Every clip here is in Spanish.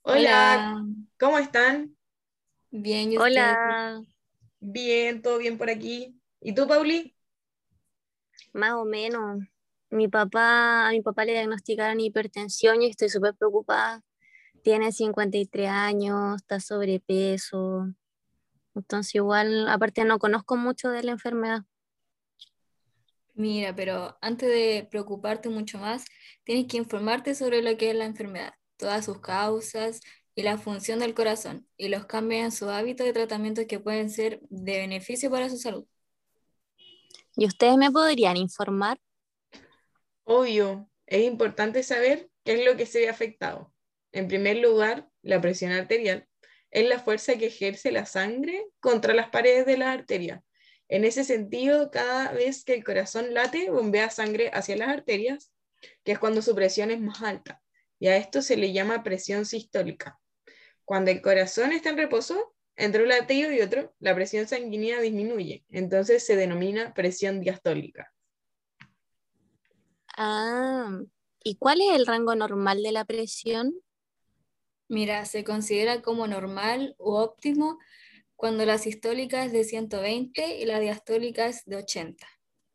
Hola, Hola, ¿cómo están? bien, ¿y usted? Hola, Bien, todo bien por aquí. ¿Y tú, Pauli? más o menos. A mi papá le diagnosticaron hipertensión y estoy súper preocupada. Tiene 53 años, está sobrepeso. Entonces igual, aparte no conozco mucho de la enfermedad. Mira, pero antes de preocuparte mucho más, tienes que informarte sobre lo que es la enfermedad, todas sus causas y la función del corazón y los cambios en su hábito de tratamiento que pueden ser de beneficio para su salud. ¿Y ustedes me podrían informar? Obvio, es importante saber qué es lo que se ve afectado. En primer lugar, la presión arterial es la fuerza que ejerce la sangre contra las paredes de la arteria. En ese sentido, cada vez que el corazón late, bombea sangre hacia las arterias, que es cuando su presión es más alta. Y a esto se le llama presión sistólica. Cuando el corazón está en reposo, entre un latido y otro, la presión sanguínea disminuye. Entonces se denomina presión diastólica. Ah, ¿y cuál es el rango normal de la presión? Mira, se considera como normal u óptimo cuando la sistólica es de 120 y la diastólica es de 80.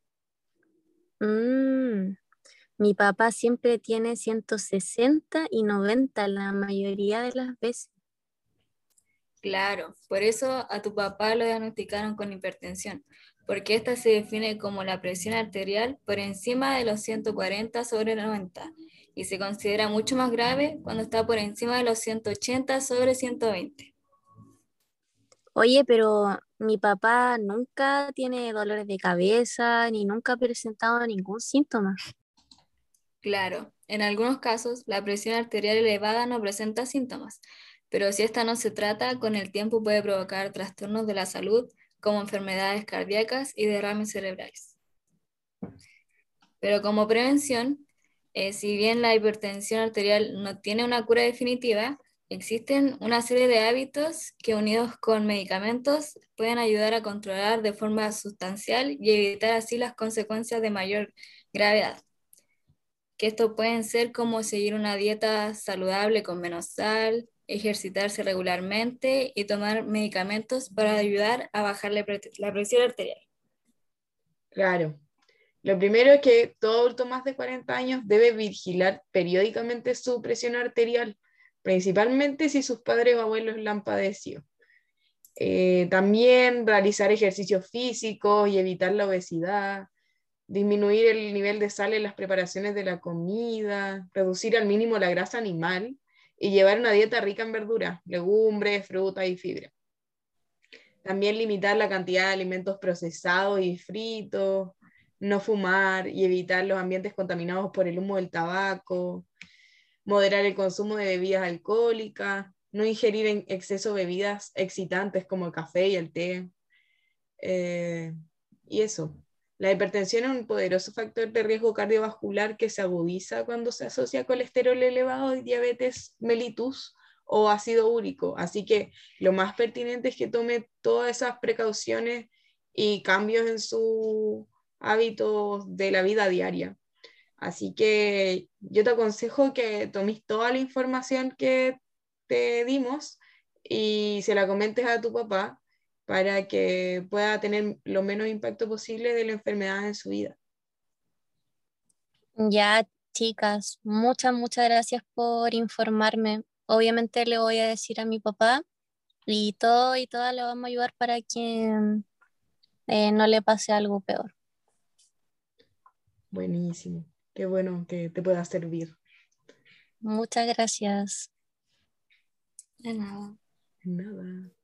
Mm, Mi papá siempre tiene 160 y 90 la mayoría de las veces. Claro, por eso a tu papá lo diagnosticaron con hipertensión, porque esta se define como la presión arterial por encima de los 140 sobre 90 y se considera mucho más grave cuando está por encima de los 180 sobre 120. Oye, pero mi papá nunca tiene dolores de cabeza ni nunca ha presentado ningún síntoma. Claro, en algunos casos la presión arterial elevada no presenta síntomas, pero si esta no se trata, con el tiempo puede provocar trastornos de la salud como enfermedades cardíacas y derrames cerebrales. Pero como prevención, si bien la hipertensión arterial no tiene una cura definitiva, existen una serie de hábitos que unidos con medicamentos pueden ayudar a controlar de forma sustancial y evitar así las consecuencias de mayor gravedad. Que esto pueden ser como seguir una dieta saludable con menos sal, ejercitarse regularmente y tomar medicamentos para ayudar a bajar la presión arterial. Claro. Lo primero es que todo adulto más de 40 años debe vigilar periódicamente su presión arterial, principalmente si sus padres o abuelos la han padecido. También realizar ejercicios físicos y evitar la obesidad, disminuir el nivel de sal en las preparaciones de la comida, reducir al mínimo la grasa animal y llevar una dieta rica en verduras, legumbres, frutas y fibra. También limitar la cantidad de alimentos procesados y fritos, no fumar y evitar los ambientes contaminados por el humo del tabaco, moderar el consumo de bebidas alcohólicas, no ingerir en exceso bebidas excitantes como el café y el té. Eh, y eso. La hipertensión es un poderoso factor de riesgo cardiovascular que se agudiza cuando se asocia a colesterol elevado y diabetes mellitus o ácido úrico. Así que lo más pertinente es que tome todas esas precauciones y cambios en sus hábitos de la vida diaria. Así que yo te aconsejo que tomes toda la información que te dimos y se la comentes a tu papá para que pueda tener lo menos impacto posible de la enfermedad en su vida. Ya, chicas, muchas gracias por informarme. Obviamente le voy a decir a mi papá y todo y todas le vamos a ayudar para que no le pase algo peor. Buenísimo. Qué bueno que te pueda servir. Muchas gracias. De nada. Nada.